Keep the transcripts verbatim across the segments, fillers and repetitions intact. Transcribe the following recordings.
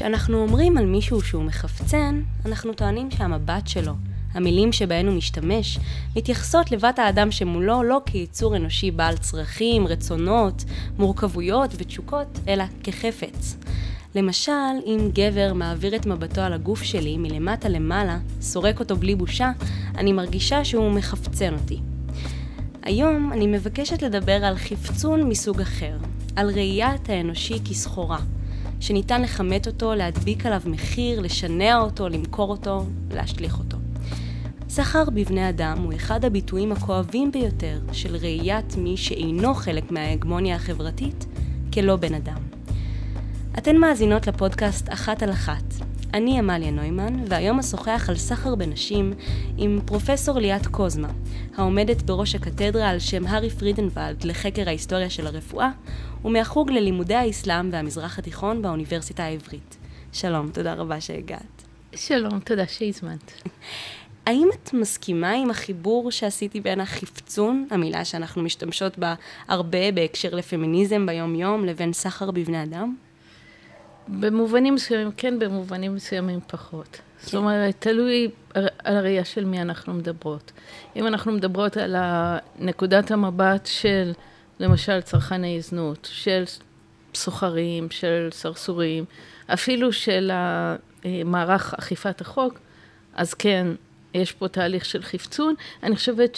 כשאנחנו אומרים על מישהו שהוא מחפצן, אנחנו טוענים שהמבט שלו, המילים שבהן הוא משתמש, מתייחסות לבת האדם שמולו לא כיצור אנושי בעל צרכים, רצונות, מורכבויות ותשוקות, אלא כחפץ. למשל, אם גבר מעביר את מבטו על הגוף שלי מלמטה למעלה, סורק אותו בלי בושה, אני מרגישה שהוא מחפצן אותי. היום אני מבקשת לדבר על חפצון מסוג אחר, על ראיית האנושי כסחורה, שניתן לחמת אותו, להדביק עליו מחיר, לשנע אותו, למכור אותו, להשליך אותו. סחר בבני אדם הוא אחד הביטויים הכואבים ביותר של ראיית מי שאינו חלק מההגמוניה החברתית כלא בן אדם. אתן מאזינות לפודקאסט אחת על אחת. אני אמליה נוימן, והיום אשוחח על סחר בנשים עם פרופסור ליאת קוזמה, העומדת בראש הקתדרה על שם הארי פרידנוולד לחקר ההיסטוריה של הרפואה, ומהחוג ללימודי האסלאם והמזרח התיכון באוניברסיטה העברית. שלום, תודה רבה שהגעת. שלום, תודה שהזמנת. האם את מסכימה עם החיבור שעשיתי בין החפצון, המילה שאנחנו משתמשות בה הרבה בהקשר לפמיניזם ביום-יום, לבין סחר בבני אדם? במובנים מסוימים כן, במובנים מסוימים פחות. כן. זאת אומרת, תלוי על הראייה של מי אנחנו מדברות. אם אנחנו מדברות על נקודת המבט של, למשל, צרכני זנות, של סוחרים, של סרסורים, אפילו של מערך אכיפת החוק, אז כן, יש פה תהליך של חפצון. אני חושבת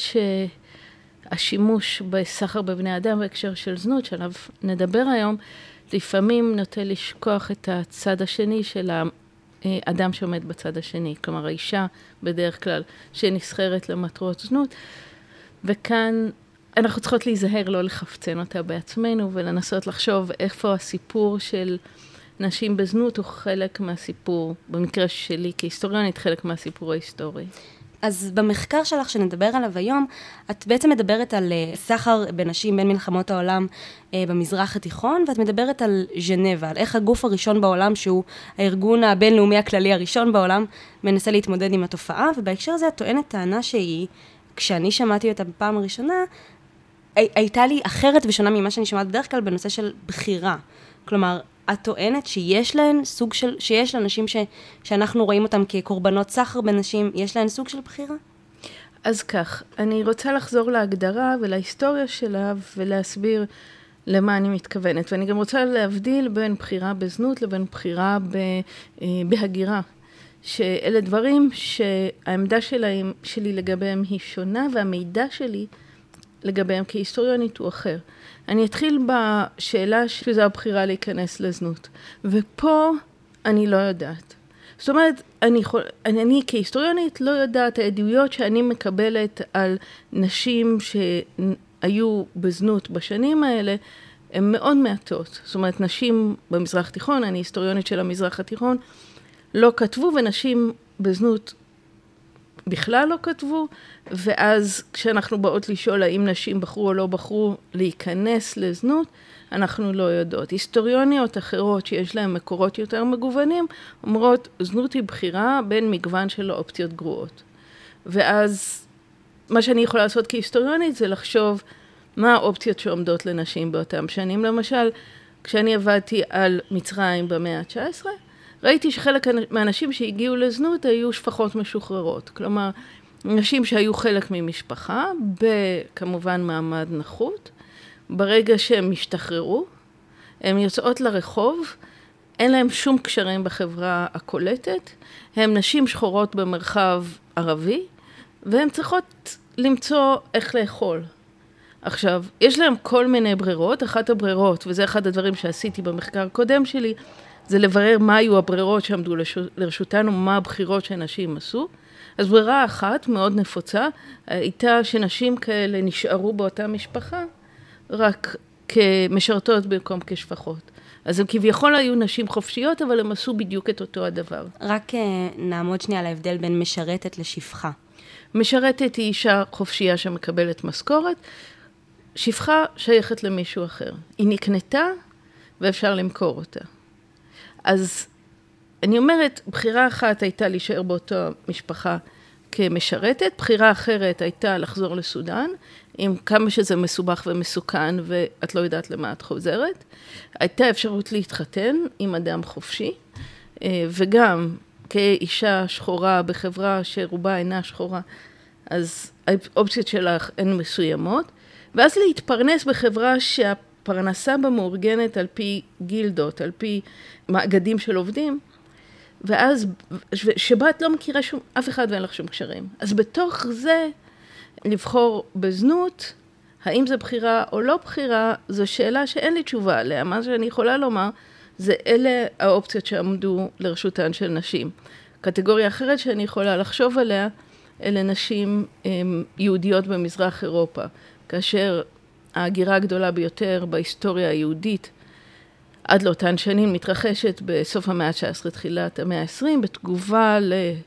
שהשימוש בסחר בבני אדם בהקשר של זנות, שעליו נדבר היום, לפעמים נוטה לשכוח את הצד השני של האדם שעומד בצד השני, כלומר האישה בדרך כלל שנסחרת למטרות זנות, וכאן אנחנו צריכות להיזהר לא לחפצן אותה בעצמנו ולנסות לחשוב איפה הסיפור של נשים בזנות הוא חלק מהסיפור, במקרה שלי כהיסטוריונית, חלק מהסיפור ההיסטורי. אז במחקר שלך שנדבר עליו היום, את בעצם מדברת על סחר בנשים בין מלחמות העולם במזרח התיכון, ואת מדברת על ז'נבה, על איך הגוף הראשון בעולם, שהוא הארגון הבינלאומי הכללי הראשון בעולם, מנסה להתמודד עם התופעה, ובהקשר הזה את טוענת טענה שהיא, כשאני שמעתי אותה בפעם הראשונה, הייתה לי אחרת ושונה ממה שאני שומעת בדרך כלל בנושא של בחירה. כלומר, את טוענת שיש להן סוג של, שיש לאנשים ש, שאנחנו רואים אותם כקורבנות סחר בנשים, יש להן סוג של בחירה? אז כך, אני רוצה לחזור להגדרה ולהיסטוריה שלה ולהסביר למה אני מתכוונת. ואני גם רוצה להבדיל בין בחירה בזנות לבין בחירה בהגירה. שאלה דברים שהעמדה שלהם, שלי לגביהם היא שונה, והמידע שלי לגביהם כהיסטוריונית הוא אחר. אני אתחיל בשאלה שזו הבחירה להיכנס לזנות. ופה אני לא יודעת. זאת אומרת, אני, אני, אני כהיסטוריונית לא יודעת העדויות שאני מקבלת על נשים שהיו בזנות בשנים האלה, הן מאוד מעטות. זאת אומרת, נשים במזרח התיכון, אני היסטוריונית של המזרח התיכון, לא כתבו, ונשים בזנות בכלל לא כתבו, ואז כשאנחנו באות לשאול האם נשים בחרו או לא בחרו להיכנס לזנות, אנחנו לא יודעות. היסטוריוניות אחרות שיש להן מקורות יותר מגוונים, אומרות, זנות היא בחירה בין מגוון של אופציות גרועות. ואז מה שאני יכולה לעשות כהיסטוריונית זה לחשוב מה האופציות שעומדות לנשים באותם שנים. למשל, כשאני עבדתי על מצרים במאה ה-תשע עשרה, ראיתי שחלק מהאנשים שהגיעו לזנות היו שפחות משוחררות. כלומר, נשים שהיו חלק ממשפחה, בכמובן מעמד נחות, ברגע שהם משתחררו, הן יוצאות לרחוב, אין להם שום קשרים בחברה הקולטת, הן נשים שחורות במרחב ערבי, והן צריכות למצוא איך לאכול. עכשיו, יש להם כל מיני ברירות, אחת הברירות, וזה אחד הדברים שעשיתי במחקר קודם שלי, זה לברר מה היו הברירות שעמדו לרשותנו, מה הבחירות שאנשים עשו. אז ברירה אחת מאוד נפוצה, הייתה שנשים כאלה נשארו באותה משפחה, רק כמשרתות במקום כשפחות. אז הם כביכול היו נשים חופשיות, אבל הם עשו בדיוק את אותו הדבר. רק נעמוד שנייה על ההבדל בין משרתת לשפחה. משרתת היא אישה חופשייה שמקבלת משכורת, שפחה שייכת למישהו אחר. היא נקנתה ואפשר למכור אותה. אז אני אומרת, בחירה אחת הייתה להישאר באותו משפחה כמשרתת, בחירה אחרת הייתה לחזור לסודן, עם כמה שזה מסובך ומסוכן ואת לא יודעת למה את חוזרת. הייתה אפשרות להתחתן עם אדם חופשי, וגם כאישה שחורה בחברה שרובה אינה שחורה, אז האופציות שלך הן מסוימות, ואז להתפרנס בחברה שהפרנסה בה מאורגנת על פי גילדות, על פי מאגדים של עובדים, ואז שבה את לא מכירה שום, אף אחד ואין לך שום קשרים. אז בתוך זה, לבחור בזנות, האם זה בחירה או לא בחירה, זו שאלה שאין לי תשובה עליה. מה שאני יכולה לומר, זה אלה האופציות שעמדו לרשותן של נשים. קטגוריה אחרת שאני יכולה לחשוב עליה, אלה נשים יהודיות במזרח אירופה, כאשר ההגירה הגדולה ביותר בהיסטוריה היהודית, עד לאותן שנים מתרחשת בסוף המאה ה-תשע עשרה, תחילת המאה ה-עשרים, בתגובה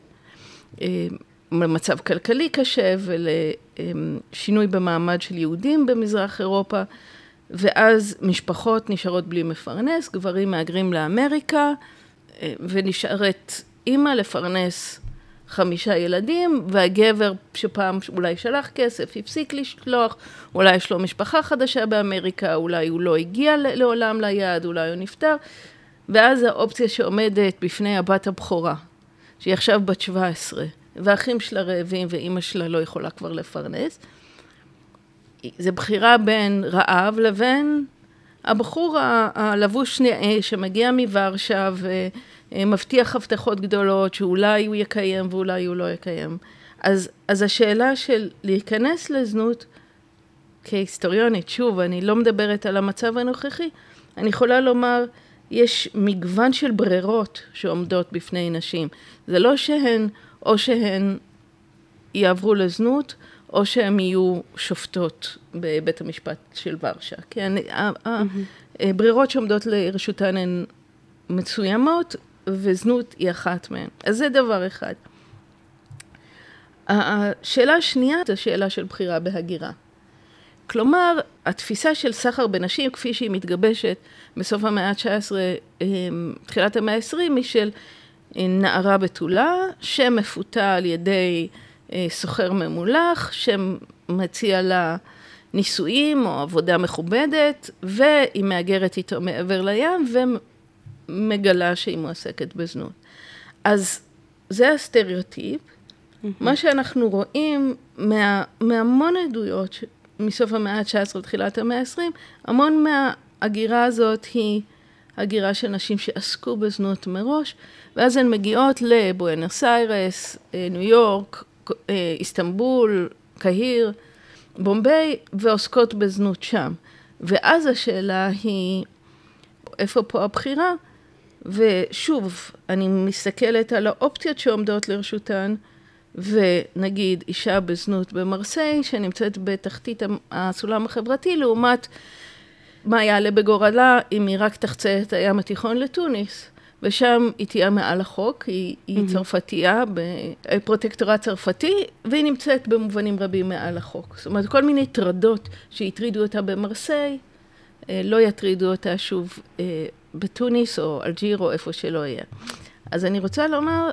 למצב כלכלי קשה ולשינוי במעמד של יהודים במזרח אירופה, ואז משפחות נשארות בלי מפרנס, גברים מהגרים לאמריקה, ונשארת אימא לפרנס חמישה ילדים, והגבר שפעם אולי שלח כסף, הפסיק לשלוח, אולי יש לו משפחה חדשה באמריקה, אולי הוא לא הגיע לעולם ליעד, אולי הוא נפטר, ואז האופציה שעומדת בפני הבת הבכורה, שהיא עכשיו בת שבע עשרה, והאחים שלה רעבים ואימא שלה לא יכולה כבר לפרנס, זה בחירה בין רעב לבין הבחור הלבוש נאה שמגיע מוורשה ומבטיח הבטחות גדולות שאולי הוא יקיים ואולי הוא לא יקיים. אז, אז השאלה של להיכנס לזנות כהיסטוריונית, שוב, אני לא מדברת על המצב הנוכחי, אני יכולה לומר, יש מגוון של ברירות שעומדות בפני נשים. זה לא שהן, או שהן יעברו לזנות, או שהן יהיו שופטות בבית המשפט של ורשה. כן, הברירות שעומדות לרשותן הן מצוימות, וזנות היא אחת מהן. אז זה דבר אחד. השאלה השנייה זה השאלה של בחירה בהגירה. כלומר, התפיסה של סחר בנשים, כפי שהיא מתגבשת בסוף המאה ה-תשע עשרה, תחילת המאה ה-עשרים, היא של נערה בתולה, שמפותה על ידי סוחר ממולח, שמציע לה נישואים או עבודה מכובדת, והיא מאגרת איתו מעבר לים, ומגלה שהיא מועסקת בזנות. אז זה הסטריאוטיפ. Mm-hmm. מה שאנחנו רואים מה, מהמון עדויות מסוף המאה ה-תשע עשרה ותחילת המאה ה-עשרים, המון מההגירה הזאת היא הגירה של נשים שעסקו בזנות מראש, ואז הן מגיעות לבואנוס איירס, ניו יורק, איסטנבול, קהיר, בומביי, ועוסקות בזנות שם. ואז השאלה היא, איפה פה הבחירה? ושוב, אני מסתכלת על האופציות שעומדות לרשותן, ונגיד אישה בזנות במרסיי, שנמצאת בתחתית הסולם החברתי, לעומת מה יעלה בגורלה אם היא רק תחצה את הים התיכון לטוניס. ושם היא תהיה מעל החוק, היא, היא mm-hmm. צרפתייה, בפרוטקטורט צרפתי, והיא נמצאת במובנים רבים מעל החוק. זאת אומרת, כל מיני טרדות שהטרידו אותה במרסיי, לא יטרידו אותה שוב בטוניס או אלג'יר או איפה שלא יהיה. אז אני רוצה לומר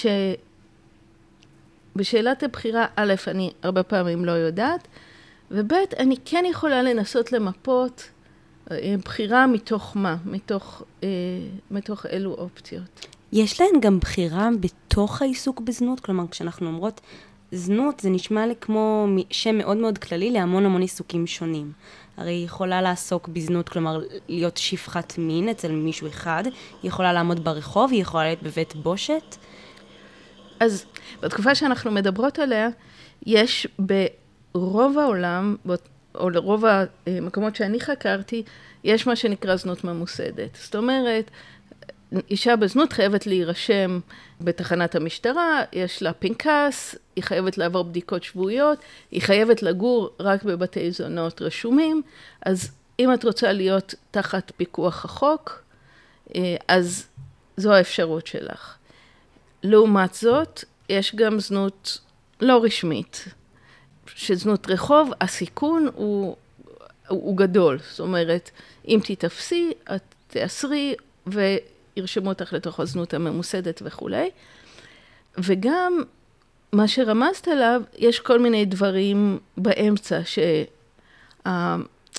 שבשאלת הבחירה, א', אני הרבה פעמים לא יודעת, וב', אני כן יכולה לנסות למפות בחירה מתוך מה? מתוך, אה, מתוך אילו אופציות. יש להן גם בחירה בתוך העיסוק בזנות? כלומר, כשאנחנו אומרות זנות, זה נשמע לי כמו שם מאוד מאוד כללי להמון המון עיסוקים שונים. הרי היא יכולה לעסוק בזנות, כלומר, להיות שפחת מין אצל מישהו אחד, היא יכולה לעמוד ברחוב, היא יכולה להיות בבית בושת. אז בתקופה שאנחנו מדברות עליה, יש ברוב העולם, או לרוב המקומות שאני חקרתי, יש מה שנקרא זנות ממוסדת. זאת אומרת, אישה בזנות חייבת להירשם בתחנת המשטרה, יש לה פנקס, היא חייבת לעבור בדיקות שבועיות, היא חייבת לגור רק בבתי זונות רשומים, אז אם את רוצה להיות תחת פיקוח החוק, אז זו האפשרות שלך. לעומת זאת, יש גם זנות לא רשמית. שזנות רחוב, הסיכון הוא, הוא, הוא גדול. זאת אומרת, אם תתפסי, את תאסרי וירשמו אותך לתוך הזנות הממוסדת וכו'. וגם מה שרמזת עליו, יש כל מיני דברים באמצע,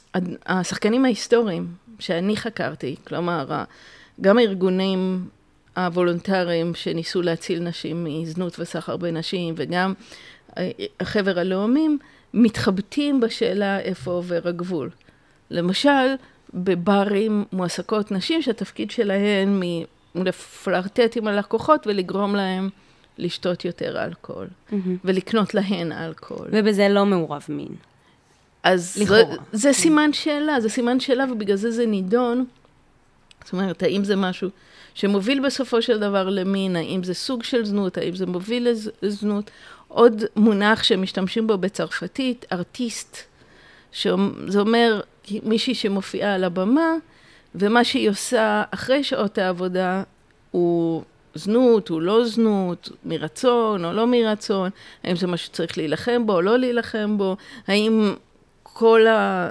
שהשחקנים ההיסטוריים שאני חקרתי, כלומר, גם הארגונים הוולונטריים שניסו להציל נשים מזנות וסחר בנשים, וגם החבר הלאומים, מתחבטים בשאלה איפה עובר הגבול. למשל, בברים מועסקות נשים שהתפקיד שלהן מלפלרטט עם הלקוחות ולגרום להם לשתות יותר אלכוהול, mm-hmm. ולקנות להן אלכוהול. ובזה לא מעורב מין. אז זה, זה סימן שאלה, זה סימן שאלה, ובגלל זה זה נידון. זאת אומרת, האם זה משהו שמוביל בסופו של דבר למין, האם זה סוג של זנות, האם זה מוביל לזנות. עוד מונח שמשתמשים בו בצרפתית, ארטיסט, שזה אומר מישהי שמופיעה על הבמה, ומה שהיא עושה אחרי שעות העבודה הוא זנות, הוא לא זנות, מרצון או לא מרצון, האם זה משהו שצריך להילחם בו או לא להילחם בו, האם כל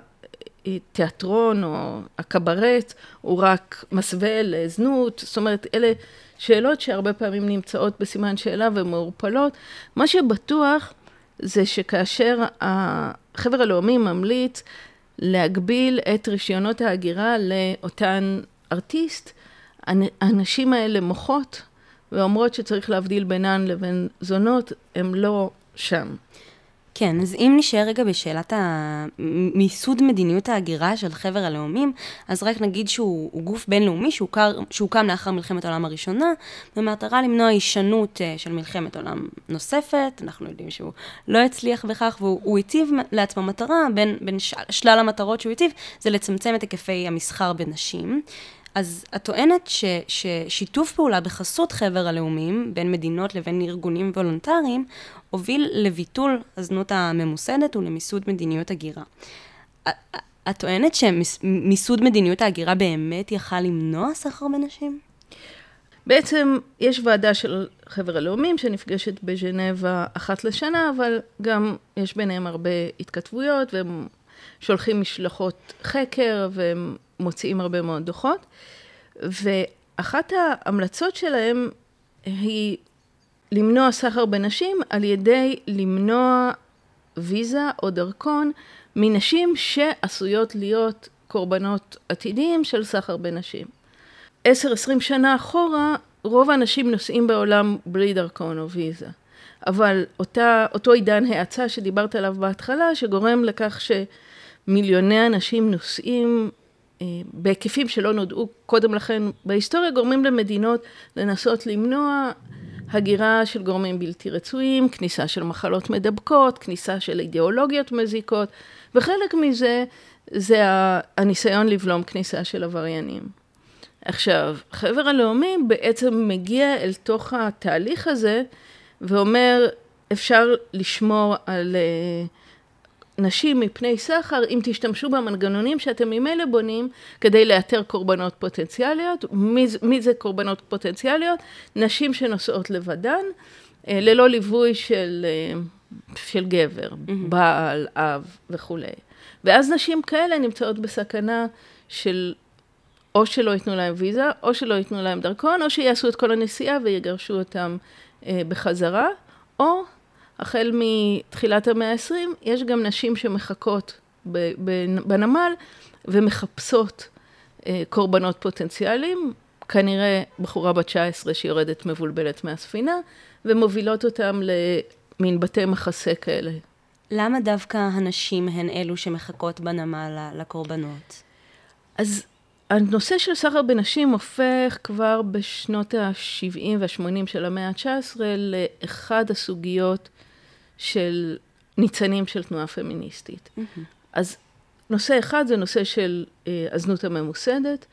התיאטרון או הקברט הוא רק מסווה לזנות, זאת אומרת, אלה שאלות שהרבה פעמים נמצאות בסימן שאלה ומעורפלות. מה שבטוח זה שכאשר החבר הלאומי ממליץ להגביל את רישיונות ההגירה לאותן ארטיסט, האנשים האלה מוחות ואומרות שצריך להבדיל בינן לבין זונות, הם לא שם. כן, אז אם נשאר רגע בשאלת מיסוד מדיניות ההגירה של חבר הלאומים, אז רק נגיד שהוא גוף בינלאומי שהוקר, שהוקם לאחר מלחמת העולם הראשונה, במטרה למנוע הישנות של מלחמת עולם נוספת. אנחנו יודעים שהוא לא הצליח בכך, והוא הציב לעצמו מטרה, בין, בין שלל המטרות שהוא הציב, זה לצמצם את היקפי המסחר בנשים. אז את טוענת ש, ששיתוף פעולה בחסות חבר הלאומים, בין מדינות לבין ארגונים וולונטריים, הוביל לביטול הזנות הממוסדת ולמיסוד מדיניות הגירה. את טוענת שמיסוד מדיניות ההגירה באמת יכל למנוע סחר בנשים? בעצם יש ועדה של חבר הלאומים שנפגשת בז'נבה אחת לשנה, אבל גם יש ביניהם הרבה התכתבויות, והם שולחים משלחות חקר, והם מוציאים הרבה מאוד דוחות. ואחת ההמלצות שלהם היא למנוע סחר בנשים על ידי למנוע ויזה או דרכון מנשים שעשויות להיות קורבנות עתידיים של סחר בנשים. עשר עשרים שנה אחורה, רוב האנשים נוסעים בעולם בלי דרכון או ויזה. אבל אותה, אותו עידן האצה שדיברת עליו בהתחלה, שגורם לכך שמיליוני אנשים נוסעים אה, בהיקפים שלא נודעו קודם לכן בהיסטוריה, גורמים למדינות לנסות למנוע הגירה של גורמים בלתי רצויים, כניסה של מחלות מדבקות, כניסה של אידיאולוגיות מזיקות, וחלק מזה זה הניסיון לבלום כניסה של עבריינים. עכשיו, חבר הלאומים בעצם מגיע אל תוך התהליך הזה, ואומר, אפשר לשמור על uh, נשים מפני סחר, אם תשתמשו במנגנונים שאתם ממילא בונים, כדי לאתר קורבנות פוטנציאליות. מי, מי זה קורבנות פוטנציאליות? נשים שנוסעות לבדן, uh, ללא ליווי של, uh, של גבר, mm-hmm. בעל, אב וכו'. ואז נשים כאלה נמצאות בסכנה של או שלא ייתנו להם ויזה, או שלא ייתנו להם דרכון, או שיעשו את כל הנסיעה ויגרשו אותם אה, בחזרה, או החל מתחילת המאה ה-עשרים, יש גם נשים שמחכות ב- ב- בנמל ומחפשות אה, קורבנות פוטנציאליים, כנראה בחורה בת תשע עשרה שיורדת מבולבלת מהספינה, ומובילות אותם למין בתי מחסה כאלה. למה דווקא הנשים הן אלו שמחכות בנמל לקורבנות? אז הנושא של סחר בנשים הופך כבר בשנות ה-שבעים וה-שמונים של המאה ה-תשע עשרה לאחד הסוגיות של ניצנים של תנועה פמיניסטית. Mm-hmm. אז נושא אחד זה נושא של אה, הזנות הממוסדת,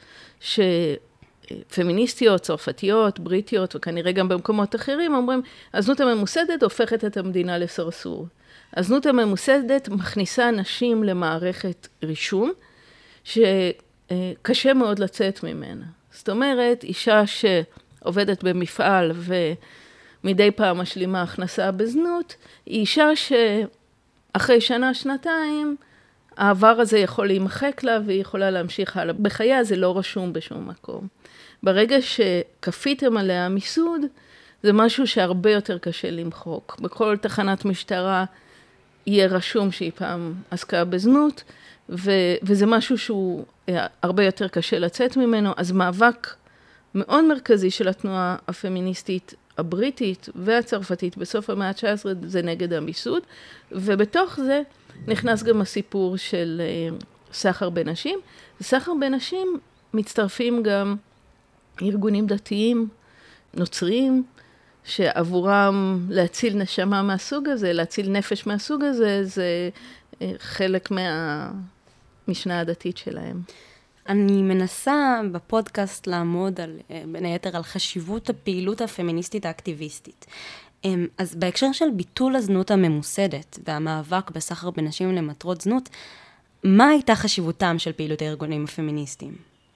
שפמיניסטיות, צרפתיות, בריטיות וכנראה גם במקומות אחרים אומרים, הזנות הממוסדת הופכת את המדינה לסרסור. הזנות הממוסדת מכניסה נשים למערכת רישום, ש... קשה מאוד לצאת ממנה. זאת אומרת, אישה שעובדת במפעל ומדי פעם משלימה הכנסה בזנות, היא אישה שאחרי שנה, שנתיים, העבר הזה יכול להימחק לה והיא יכולה להמשיך הלאה. בחייה זה לא רשום בשום מקום. ברגע שכפיתם עליה מיסוד, זה משהו שהרבה יותר קשה למחוק. בכל תחנת משטרה יהיה רשום שהיא פעם עסקה בזנות, ו- וזה משהו שהוא הרבה יותר קשה לצאת ממנו, אז מאבק מאוד מרכזי של התנועה הפמיניסטית הבריטית והצרפתית בסוף המאה ה-תשע עשרה זה נגד המיסוד, ובתוך זה נכנס גם הסיפור של סחר בנשים. סחר בנשים מצטרפים גם ארגונים דתיים, נוצריים, שעבורם להציל נשמה מהסוג הזה, להציל נפש מהסוג הזה, זה חלק מהמשנה הדתית שלהם. אני מנסה בפודקאסט לעמוד על, בין היתר על חשיבות הפעילות הפמיניסטית האקטיביסטית. אז בהקשר של ביטול הזנות הממוסדת והמאבק בסחר בנשים למטרות זנות, מה הייתה חשיבותם של פעילות הארגונים הפמיניסטיים?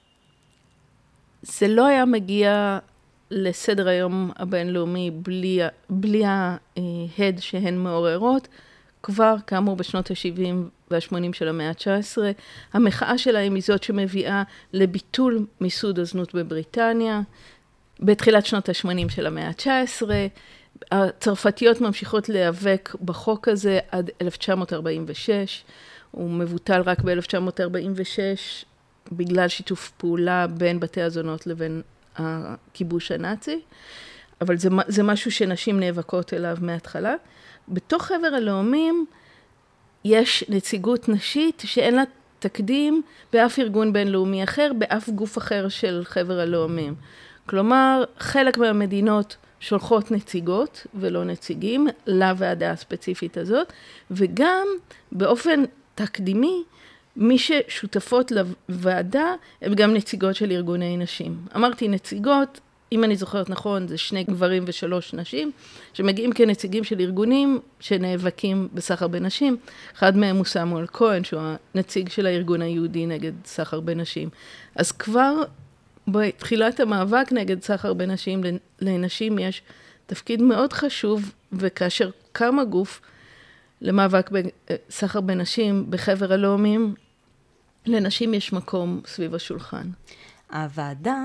זה לא היה מגיע לסדר היום הבינלאומי בלי, בלי ההד שהן מעוררות. כבר כאמור בשנות ה-שבעים וה-שמונים של המאה ה-תשע עשרה, המחאה שלהם היא זאת שמביאה לביטול מיסוד הזנות בבריטניה. בתחילת שנות ה-שמונים של המאה ה-תשע עשרה, הצרפתיות ממשיכות להיאבק בחוק הזה עד אלף תשע מאות ארבעים ושש, הוא מבוטל רק ב-אלף תשע מאות ארבעים ושש, בגלל שיתוף פעולה בין בתי הזונות לבין הכיבוש הנאצי, אבל זה, זה משהו שנשים נאבקות אליו מההתחלה. בתוך חבר הלאומים יש נציגות נשית שאין לה תקדים באף ארגון בינלאומי אחר, באף גוף אחר של חבר הלאומים. כלומר, חלק מהמדינות שולחות נציגות ולא נציגים לוועדה הספציפית הזאת, וגם באופן תקדימי, מי ששותפות לוועדה הם גם נציגות של ארגוני נשים. אמרתי נציגות, אם אני זוכרת נכון, זה שני גברים ושלוש נשים, שמגיעים כנציגים של ארגונים שנאבקים בסחר בנשים. אחד מהם הוא סמואל כהן, שהוא הנציג של הארגון היהודי נגד סחר בנשים. אז כבר בתחילת המאבק נגד סחר בנשים, לנשים יש תפקיד מאוד חשוב, וכאשר קם הגוף למאבק בסחר בנשים בחבר הלאומים, לנשים יש מקום סביב השולחן. הוועדה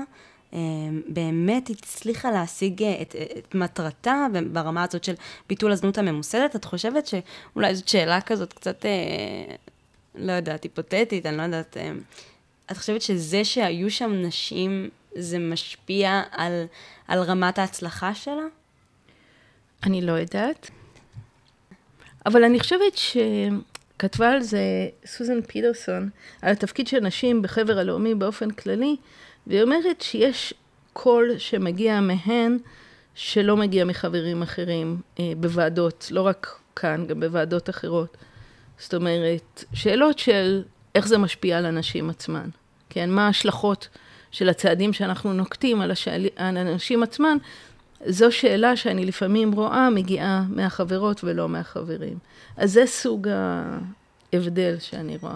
באמת הצליחה להשיג את, את מטרתה ברמה הזאת של ביטול הזנות הממוסדת. את חושבת שאולי זאת שאלה כזאת קצת, לא יודעת, היפותטית, אני לא יודעת, את חושבת שזה שהיו שם נשים, זה משפיע על, על רמת ההצלחה שלה? אני לא יודעת. אבל אני חושבת שכתבה על זה סוזן פיטרסון, על התפקיד של נשים בחבר הלאומי באופן כללי, והיא אומרת שיש קול שמגיע מהן שלא מגיע מחברים אחרים אה, בוועדות, לא רק כאן, גם בוועדות אחרות. זאת אומרת, שאלות של איך זה משפיע על הנשים עצמן. כן, מה ההשלכות של הצעדים שאנחנו נוקטים על, השאל... על הנשים עצמן, זו שאלה שאני לפעמים רואה מגיעה מהחברות ולא מהחברים. אז זה סוג ההבדל שאני רואה.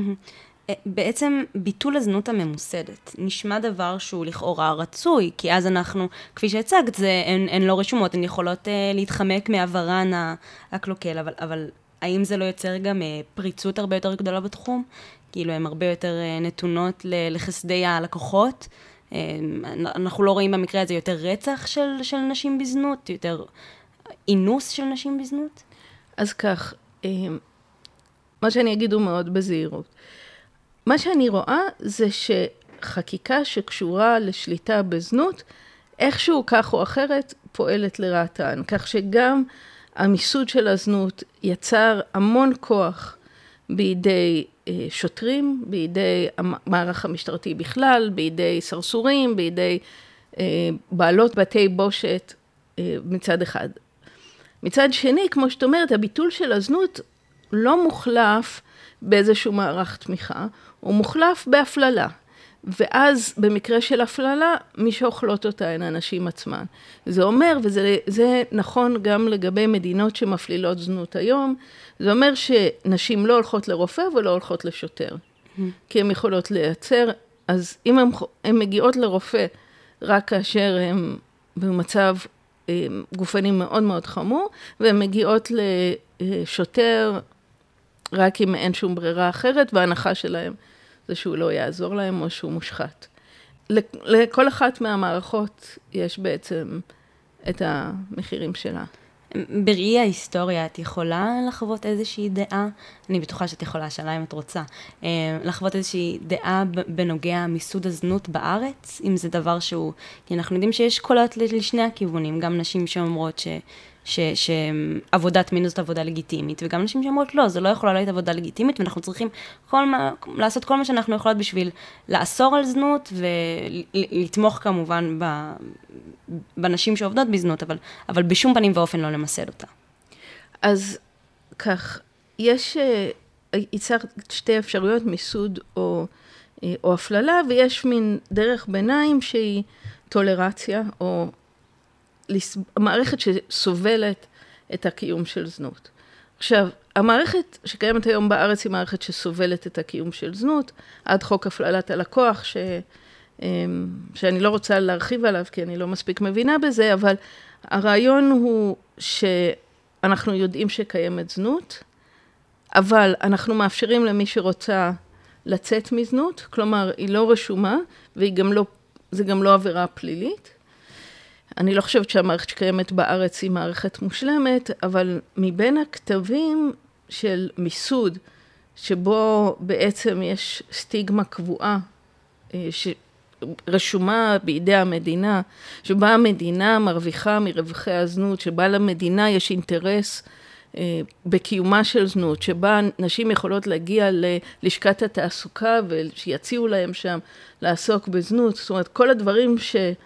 בעצם ביטול הזנות הממוסדת נשמע דבר שהוא לכאורה רצוי, כי אז אנחנו, כפי שהצגת, זה, הן, הן לא רשומות, הן יכולות uh, להתחמק מעברן הקלוקל, אבל, אבל האם זה לא יוצר גם uh, פריצות הרבה יותר גדולה בתחום? כאילו הן הרבה יותר uh, נתונות לחסדי הלקוחות, uh, אנחנו לא רואים במקרה הזה יותר רצח של, של נשים בזנות, יותר אינוס של נשים בזנות? אז כך, uh, מה שאני אגיד הוא מאוד בזהירות. מה שאני רואה זה שחקיקה שקשורה לשליטה בזנות, איכשהו כך או אחרת פועלת לרעתן. כך שגם המיסוד של הזנות יצר המון כוח בידי אה, שוטרים, בידי המערך המשטרתי בכלל, בידי סרסורים, בידי אה, בעלות בתי בושת אה, מצד אחד. מצד שני, כמו שאת אומרת, הביטול של הזנות לא מוחלף באיזשהו מערך תמיכה, הוא מוחלף בהפללה. ואז במקרה של הפללה, מי שאוכלות אותה הן הנשים עצמן. זה אומר, וזה זה נכון גם לגבי מדינות שמפלילות זנות היום, זה אומר שנשים לא הולכות לרופא ולא הולכות לשוטר. Mm-hmm. כי הן יכולות לייצר, אז אם הן מגיעות לרופא רק כאשר הן במצב גופני מאוד מאוד חמור, והן מגיעות לשוטר רק אם אין שום ברירה אחרת, וההנחה שלהם זה שהוא לא יעזור להם או שהוא מושחת. לכל אחת מהמערכות יש בעצם את המחירים שלה. בראי ההיסטוריה, את יכולה לחוות איזושהי דעה? אני בטוחה שאת יכולה, שאלה אם את רוצה. לחוות איזושהי דעה בנוגע מיסוד הזנות בארץ, אם זה דבר שהוא... כי אנחנו יודעים שיש קולות לשני הכיוונים, גם נשים שאומרות ש... ש... שעבודת מין זאת עבודה לגיטימית, וגם נשים שאומרות לא, זה לא יכולה להיות עבודה לגיטימית, ואנחנו צריכים כל מה... לעשות כל מה שאנחנו יכולות בשביל לאסור על זנות, ולתמוך כמובן ב... בנשים שעובדות בזנות, אבל, אבל בשום פנים ואופן לא למסד אותה. אז כך, יש, ייצרת שתי אפשרויות, מיסוד או, או הפללה, ויש מין דרך ביניים שהיא טולרציה, או מערכת שסובלת את הקיום של זנות. עכשיו, המערכת שקיימת היום בארץ היא מערכת שסובלת את הקיום של זנות, עד חוק הפללת הלקוח, ש... שאני לא רוצה להרחיב עליו, כי אני לא מספיק מבינה בזה, אבל הרעיון הוא שאנחנו יודעים שקיימת זנות, אבל אנחנו מאפשרים למי שרוצה לצאת מזנות, כלומר, היא לא רשומה, והיא גם לא, זה גם לא עבירה פלילית. אני לא חושבת שהמערכת שקיימת בארץ היא מערכת מושלמת, אבל מבין הכתבים של מיסוד, שבו בעצם יש סטיגמה קבועה, ש... רשומה בידי המדינה, שבה המדינה מרוויחה מרווחי הזנות, שבה למדינה יש אינטרס אה, בקיומה של זנות, שבה נשים יכולות להגיע ללשכת התעסוקה ושיציעו להם שם לעסוק בזנות. זאת אומרת, כל הדברים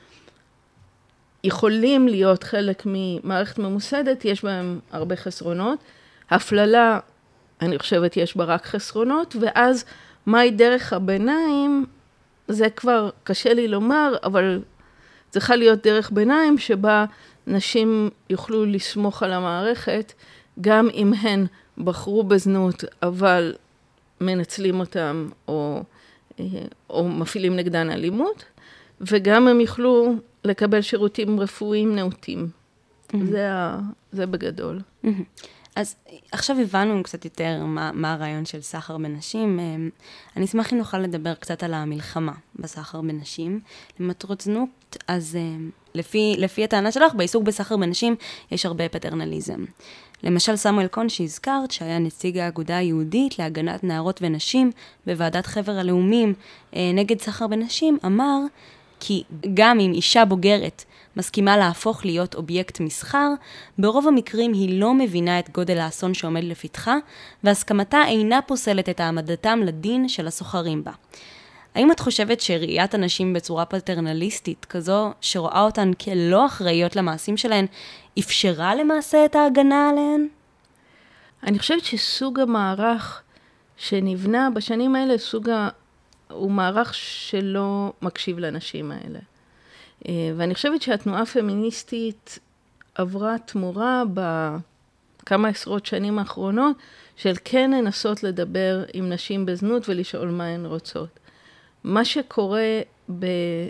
שיכולים להיות חלק ממערכת ממוסדת, יש בהם הרבה חסרונות. הפללה, אני חושבת, יש בה רק חסרונות, ואז מהי דרך הביניים? זה כבר קשה לי לומר, אבל צריכה להיות דרך ביניים שבה נשים יוכלו לסמוך על המערכת, גם אם הן בחרו בזנות, אבל מנצלים אותם או, או מפעילים נגדן אלימות, וגם הם יוכלו לקבל שירותים רפואיים נאותים. Mm-hmm. זה, ה, זה בגדול. Mm-hmm. אז עכשיו הבנו קצת יותר מה, מה הרעיון של סחר בנשים. אני אשמח אם נוכל לדבר קצת על המלחמה בסחר בנשים. למטרות זנות, אז לפי, לפי הטענה שלך, בעיסוק בסחר בנשים יש הרבה פטרנליזם. למשל, סמואל קון שהזכרת, שהיה נציג האגודה היהודית להגנת נערות ונשים בוועדת חבר הלאומים נגד סחר בנשים, אמר כי גם אם אישה בוגרת מסכימה להפוך להיות אובייקט מסחר, ברוב המקרים היא לא מבינה את גודל האסון שעומד לפתחה, והסכמתה אינה פוסלת את העמדתם לדין של הסוחרים בה. האם את חושבת שראיית הנשים בצורה פטרנליסטית, כזו שרואה אותן כלא אחראיות למעשים שלהן, אפשרה למעשה את ההגנה עליהן? אני חושבת שסוג המערך שנבנה בשנים האלה, סוג ה... הוא מערך שלא מקשיב לנשים האלה. ואני חושבת שהתנועה הפמיניסטית עברה תמורה בכמה עשרות שנים האחרונות של כן לנסות לדבר עם נשים בזנות ולשאול מה הן רוצות. מה שקורה ב...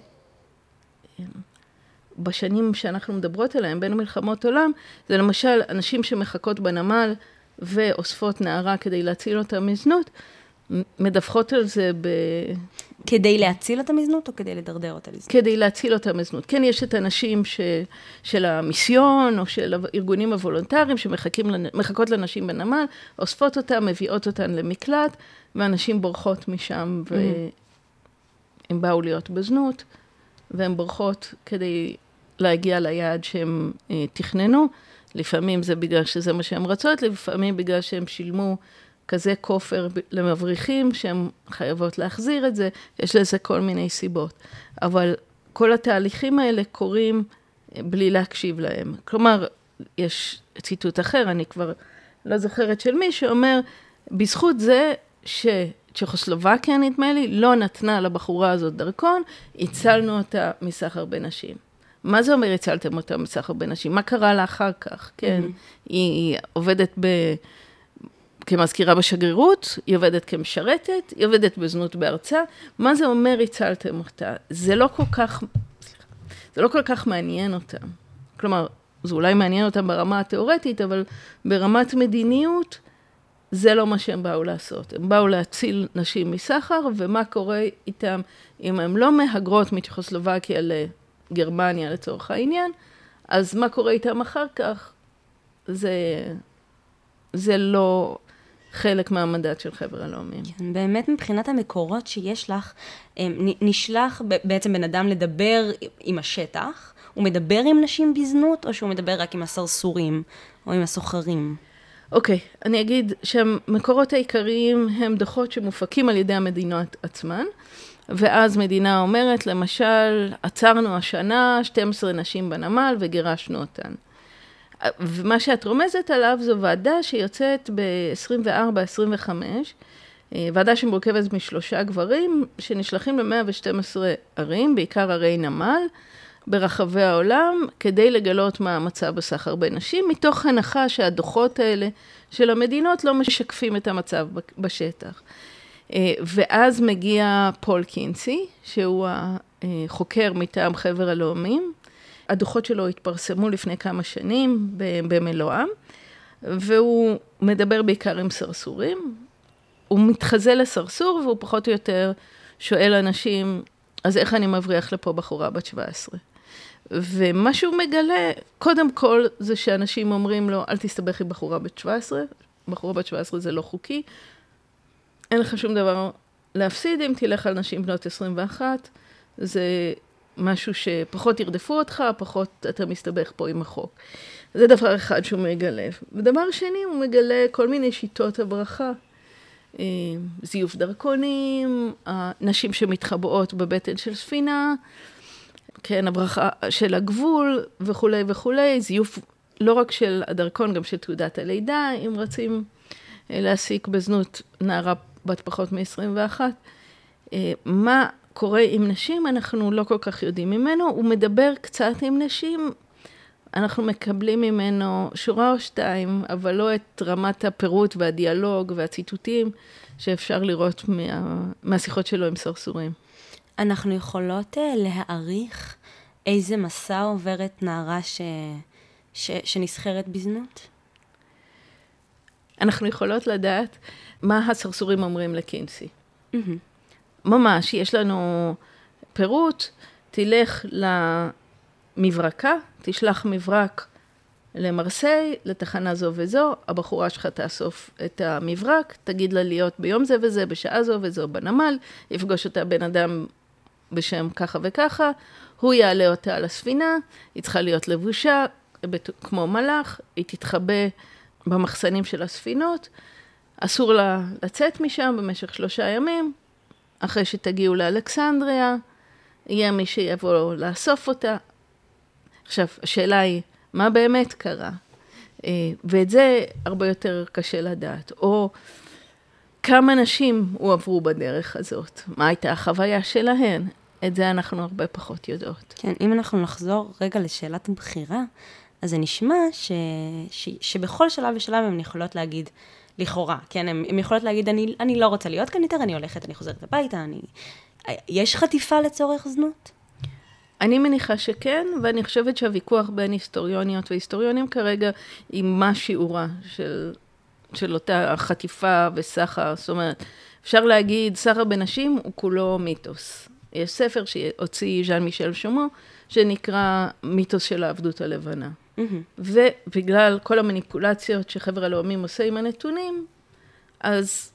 בשנים שאנחנו מדברות עליהן, בין מלחמות עולם, זה למשל אנשים שמחכות בנמל ואוספות נערה כדי להציל אותה מזנות, מדווחות על זה ב... כדי להציל אותה מזנות או כדי לדרדר אותה לזנות? כדי להציל אותה מזנות. כן, יש את הנשים ש... של המיסיון או של הארגונים הוולונטריים שמחכות לנשים בנמל, אוספות אותה, מביאות אותן למקלט, ואנשים בורחות משם והם mm-hmm. באו להיות בזנות, והן בורחות כדי להגיע ליעד שהם אה, תכננו. לפעמים זה בגלל שזה מה שהן רצות, לפעמים בגלל שהם שילמו כזה כופר למבריחים שהן חייבות להחזיר את זה, יש לזה כל מיני סיבות. אבל כל התהליכים האלה קורים בלי להקשיב להם. כלומר, יש ציטוט אחר, אני כבר לא זוכרת של מי, שאומר, בזכות זה שצ'כוסלובקיה, נדמה לי, לא נתנה לבחורה הזאת דרכון, הצלנו אותה מסחר בנשים. מה זה אומר הצלתם אותה מסחר בנשים? מה קרה לה אחר כך? כן, mm-hmm. היא, היא עובדת ב... כמזכירה בשגרירות, היא עובדת כמשרתת, היא עובדת בזנות בארצה. מה זה אומר הצלתם אותה? זה לא כל כך, סליחה, זה לא כל כך מעניין אותם. כלומר, זה אולי מעניין אותם ברמה התיאורטית, אבל ברמת מדיניות, זה לא מה שהם באו לעשות. הם באו להציל נשים מסחר, ומה קורה איתם אם הם לא מהגרות מצ'כוסלובקיה לגרמניה לצורך העניין, אז מה קורה איתם אחר כך? זה, זה לא חלק מהמנדט של חבר הלאומים. כן, באמת מבחינת המקורות שיש לך, נשלח בעצם בן אדם לדבר עם השטח, הוא מדבר עם נשים בזנות, או שהוא מדבר רק עם הסרסורים, או עם הסוחרים? אוקיי, okay, אני אגיד שהמקורות העיקריים הם דוחות שמופקים על ידי המדינות עצמן, ואז מדינה אומרת, למשל, עצרנו השנה שתים עשרה נשים בנמל וגירשנו אותן. ומה שאת רומזת עליו זו ועדה שיוצאת ב-עשרים וארבע עשרים וחמש, ועדה שמורכבת משלושה גברים שנשלחים ל-מאה ושתים עשרה ערים, בעיקר ערי נמל, ברחבי העולם, כדי לגלות מה המצב בסחר בנשים, מתוך הנחה שהדוחות האלה של המדינות לא משקפים את המצב בשטח. ואז מגיע פול קינסי, שהוא החוקר מטעם חבר הלאומים. הדוחות שלו התפרסמו לפני כמה שנים במלואם, והוא מדבר בעיקר עם סרסורים. הוא מתחזה לסרסור, והוא פחות או יותר שואל אנשים, אז איך אני מבריח לפה בחורה בת שבע עשרה? ומה שהוא מגלה, קודם כל, זה שאנשים אומרים לו, אל תסתבך עם בחורה בת שבע עשרה, בחורה בת שבע עשרה זה לא חוקי, אין לך שום דבר להפסיד אם תלך על נשים בנות עשרים ואחת, זה משהו שפחות ירדפו אותך, פחות אתה מסתבך פה עם החוק. זה דבר אחד שהוא מגלה. ודבר שני, הוא מגלה כל מיני שיטות הברחה. זיוף דרכונים, נשים שמתחבאות בבטן של ספינה, כן, הברחה של הגבול וכו' וכו', זיוף לא רק של הדרכון, גם של תעודת הלידה, אם רצים להעסיק בזנות נערה בת פחות מ-עשרים ואחת. מה קורה עם נשים, אנחנו לא כל כך יודעים ממנו, הוא מדבר קצת עם נשים, אנחנו מקבלים ממנו שורה או שתיים, אבל לא את רמת הפירוט והדיאלוג והציטוטים שאפשר לראות מה, מהשיחות שלו עם סרסורים. אנחנו יכולות להעריך איזה מסע עוברת נערה ש... ש... שנסחרת בזנות? אנחנו יכולות לדעת מה הסרסורים אומרים לקינסי. Mm-hmm. ממש, יש לנו פירוט, תלך למברקה, תשלח מברק למרסיי, לתחנה זו וזו, הבחורה שלך תאסוף את המברק, תגיד לה להיות ביום זה וזה, בשעה זו וזו בנמל, יפגוש אותה בן אדם בשם ככה וככה, הוא יעלה אותה על הספינה, היא צריכה להיות לבושה, כמו מלאך, היא תתחבא במחסנים של הספינות, אסור לה לצאת משם במשך שלושה ימים, אחרי שתגיעו לאלכסנדריה, יהיה מי שיבוא לאסוף אותה. עכשיו, השאלה היא, מה באמת קרה? ואת זה הרבה יותר קשה לדעת. או כמה נשים הועברו בדרך הזאת? מה הייתה החוויה שלהן? את זה אנחנו הרבה פחות יודעות. כן, אם אנחנו נחזור רגע לשאלת הבחירה, אז זה נשמע ש... ש... שבכל שלב ושלב הן יכולות להגיד, לכאורה, כן, הן יכולות להגיד, אני, אני לא רוצה להיות כאן יותר, אני הולכת, אני חוזרת הביתה, אני... יש חטיפה לצורך זנות? אני מניחה שכן, ואני חושבת שהוויכוח בין היסטוריוניות והיסטוריונים כרגע, עם מה שיעורה של, של אותה חטיפה וסחר, זאת אומרת, אפשר להגיד, סחר בנשים הוא כולו מיתוס. יש ספר שהוציא ז'אן מישל שומו, שנקרא מיתוס של העבדות הלבנה. Mm-hmm. ובגלל כל המניפולציות שחבר הלאומים עושה עם הנתונים, אז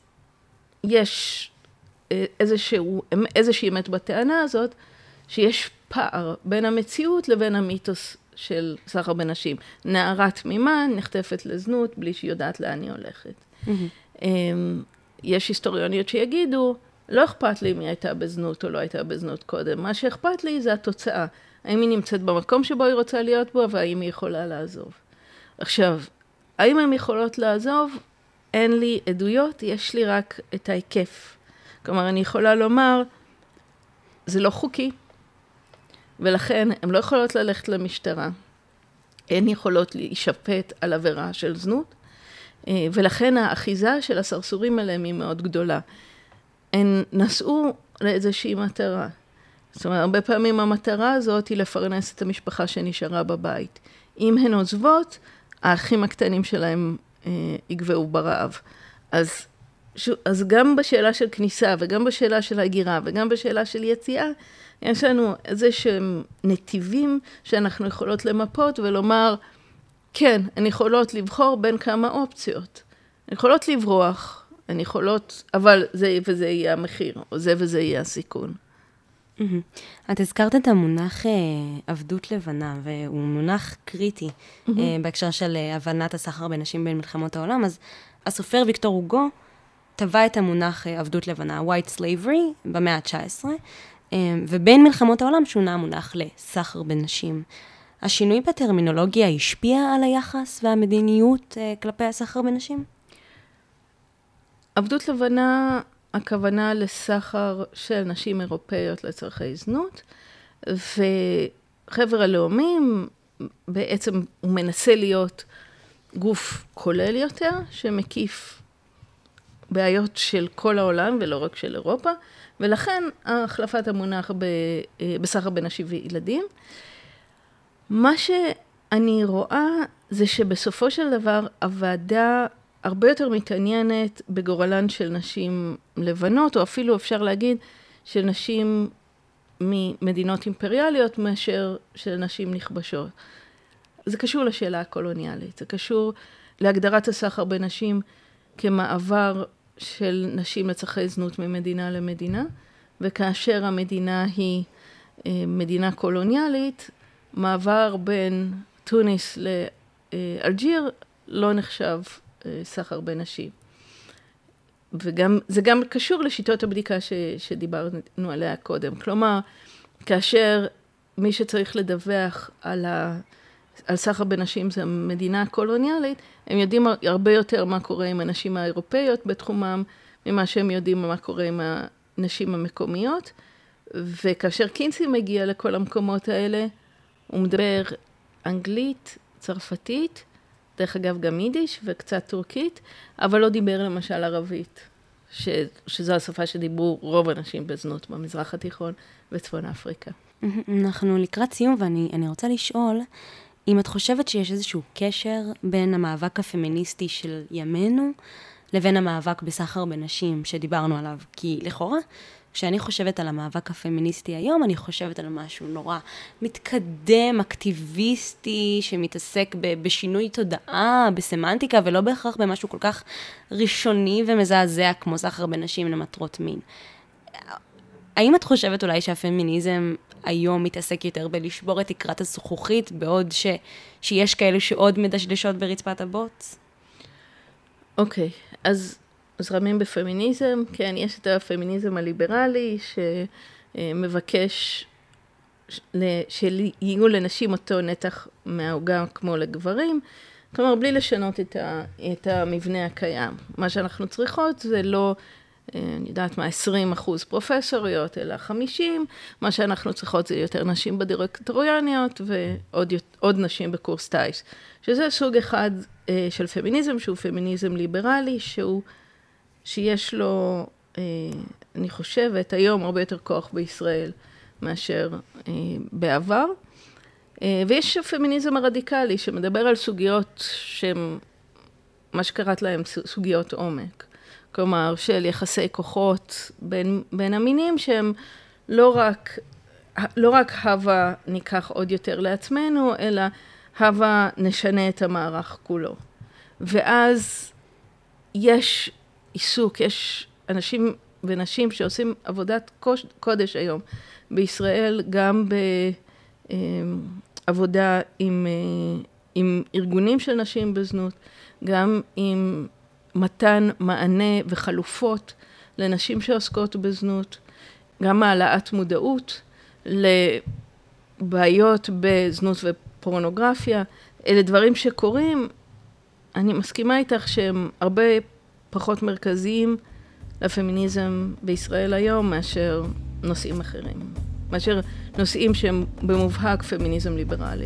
יש איזשהו, איזושהי אמת בטענה הזאת, שיש פער בין המציאות לבין המיתוס של סחר בנשים. נערה תמימה נחטפת לזנות בלי שהיא יודעת לאן היא הולכת. Mm-hmm. יש היסטוריוניות שיגידו, לא אכפת לי אם היא הייתה בזנות או לא הייתה בזנות קודם. מה שאכפת לי זה התוצאה. האם היא נמצאת במקום שבו היא רוצה להיות בו, והאם היא יכולה לעזוב. עכשיו, האם הן יכולות לעזוב? אין לי עדויות, יש לי רק את ההיקף. כלומר, אני יכולה לומר, זה לא חוקי, ולכן הן לא יכולות ללכת למשטרה. הן יכולות להישפט על עבירה של זנות, ולכן האחיזה של הסרסורים עליהם היא מאוד גדולה. הן נסעו לאיזושהי מטרה. זאת אומרת, הרבה פעמים המטרה הזאת היא לפרנס את המשפחה שנשארה בבית. אם הן עוזבות, האחים הקטנים שלהם אה, יגבעו ברעב. אז, ש... אז גם בשאלה של כניסה, וגם בשאלה של הגירה, וגם בשאלה של יציאה, יש לנו איזה שהם נתיבים שאנחנו יכולות למפות ולומר, כן, הן יכולות לבחור בין כמה אופציות. הן יכולות לברוח, הן יכולות, אבל זה וזה יהיה המחיר, או זה וזה יהיה הסיכון. את הזכרת את המונח עבדות לבנה, והוא מונח קריטי בהקשר של הבנת הסחר בנשים בין מלחמות העולם, אז הסופר ויקטור הוגו טבע את המונח עבדות לבנה, white slavery, במאה ה-תשע עשרה, ובין מלחמות העולם שונה המונח לסחר בנשים. השינוי בטרמינולוגיה השפיע על היחס והמדיניות כלפי הסחר בנשים? עבדות לבנה, הכוונה לסחר של נשים אירופאיות לצרכי זנות, וחבר הלאומים בעצם הוא מנסה להיות גוף כולל יותר, שמקיף בעיות של כל העולם ולא רק של אירופה, ולכן החלפת המונח בסחר בנשים וילדים. מה שאני רואה זה שבסופו של דבר הוועדה הרבה יותר מתעניינת בגורלן של נשים לבנות, או אפילו אפשר להגיד של נשים ממדינות אימפריאליות מאשר של נשים נכבשות. זה קשור לשאלה הקולוניאלית, זה קשור להגדרת הסחר בנשים כמעבר של נשים לצרכי זנות ממדינה למדינה, וכאשר המדינה היא מדינה קולוניאלית, מעבר בין טוניס לאלג'יר לא נחשב סחר בנשים. וגם, זה גם קשור לשיטות הבדיקה ש, שדיברנו עליה קודם. כלומר, כאשר מי שצריך לדווח על, ה, על סחר בנשים זה המדינה הקולוניאלית, הם יודעים הרבה יותר מה קורה עם הנשים האירופאיות בתחומם, ממה שהם יודעים מה קורה עם הנשים המקומיות. וכאשר קינסי מגיע לכל המקומות האלה, הוא מדבר אנגלית, צרפתית, דרך אגב גם יידיש וקצת טורקית, אבל לא דיבר למשל ערבית, ש, שזו השפה שדיברו רוב אנשים בזנות במזרח התיכון וצפון אפריקה. אנחנו לקראת סיום, ואני אני רוצה לשאול, אם את חושבת שיש איזשהו קשר בין המאבק הפמיניסטי של ימינו, לבין המאבק בסחר בנשים שדיברנו עליו, כי לכאורה, כשאני חושבת על המאבק הפמיניסטי היום, אני חושבת על משהו נורא מתקדם, אקטיביסטי, שמתעסק בשינוי תודעה, בסמנטיקה, ולא בהכרח במשהו כל כך ראשוני ומזעזע, כמו סחר בנשים למטרות מין. האם את חושבת אולי שהפמיניזם היום מתעסק יותר בלשבור את תקרת הזכוכית, בעוד ש, שיש כאלו שעוד מדשדשות ברצפת הבוץ? אוקיי, okay, אז... זרמים בפמיניזם, כן, יש את הפמיניזם הליברלי שמבקש שיהיו לנשים אותו נתח מהעוגה כמו לגברים, כלומר בלי לשנות את, ה, את המבנה הקיים. מה שאנחנו צריכות זה לא, אני יודעת מה, עשרים אחוז פרופסוריות, אלא חמישים, מה שאנחנו צריכות זה יותר נשים בדירקטוריוניות ועוד עוד נשים בקורס טייס, שזה סוג אחד של פמיניזם שהוא פמיניזם ליברלי, שהוא שיש לו, אני חושבת, היום הרבה יותר כוח בישראל מאשר בעבר. ויש פמיניזם הרדיקלי שמדבר על סוגיות שהן, מה שקראת להן סוגיות עומק. כלומר, של יחסי כוחות בין, בין המינים שהם לא רק, לא רק הווה ניקח עוד יותר לעצמנו, אלא הווה נשנה את המערך כולו. ואז יש עיסוק, יש אנשים ונשים שעושים עבודת קודש היום בישראל, גם בעבודה עם, עם ארגונים של נשים בזנות, גם עם מתן מענה וחלופות לנשים שעוסקות בזנות, גם העלאת מודעות לבעיות בזנות ופורנוגרפיה. אלה דברים שקורים, אני מסכימה איתך שהם הרבה פחות מרכזיים לפמיניזם בישראל היום מאשר נושאים אחרים, מאשר נושאים שהם במובהק פמיניזם ליברלי.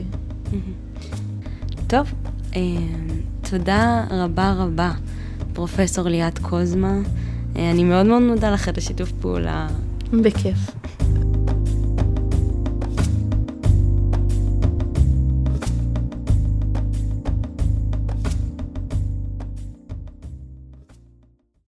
טוב, תודה רבה רבה, פרופסור ליאת קוזמה. אני מאוד מאוד מודה לך את השיתוף פעולה. בכיף.